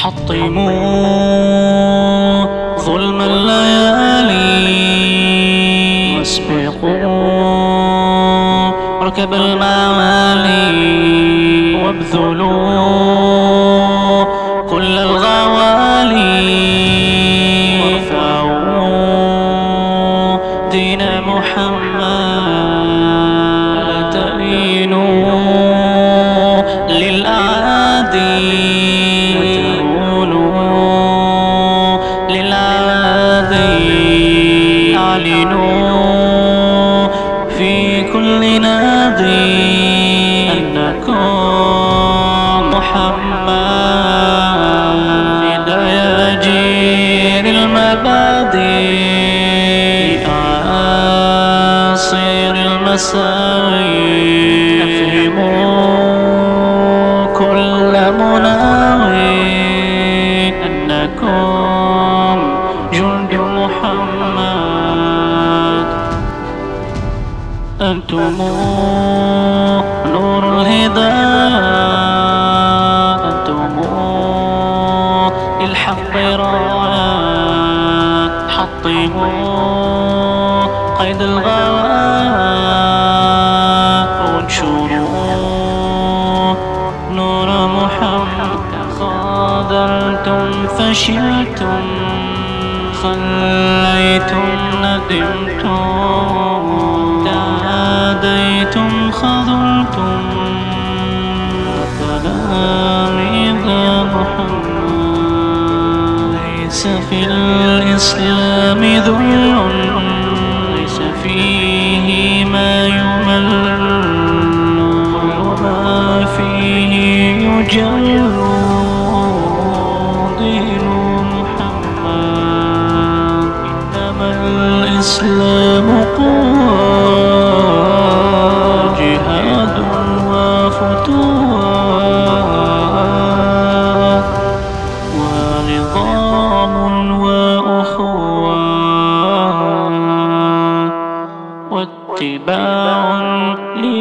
حطموا ظلم الليالي واسبقوا ركب المعالي وابذلوا كل الغوالي وارفعوا دين محمد لا تلينوا للأعادي وتهونوا للأعادي أعلنوا في كل نادي أنكم محمد في دياجير المبادئ عصير المساوي أفهموا كل مناوي أنكم جند محمد. أنتم نور الهداية، أنتم للحق راية، حطموا قيد الغواء وانشروا نور محمد. خاذلتم فشلتم خليتم ندمتم تعاديتم خذلتم تلاميذ محمد. ليس في الإسلام ذل، ليس فيه ما يمل وما فيه يجل. دين محمد إنما الإسلام قوة جهاد وفتوح ونظام وأخوة واتباع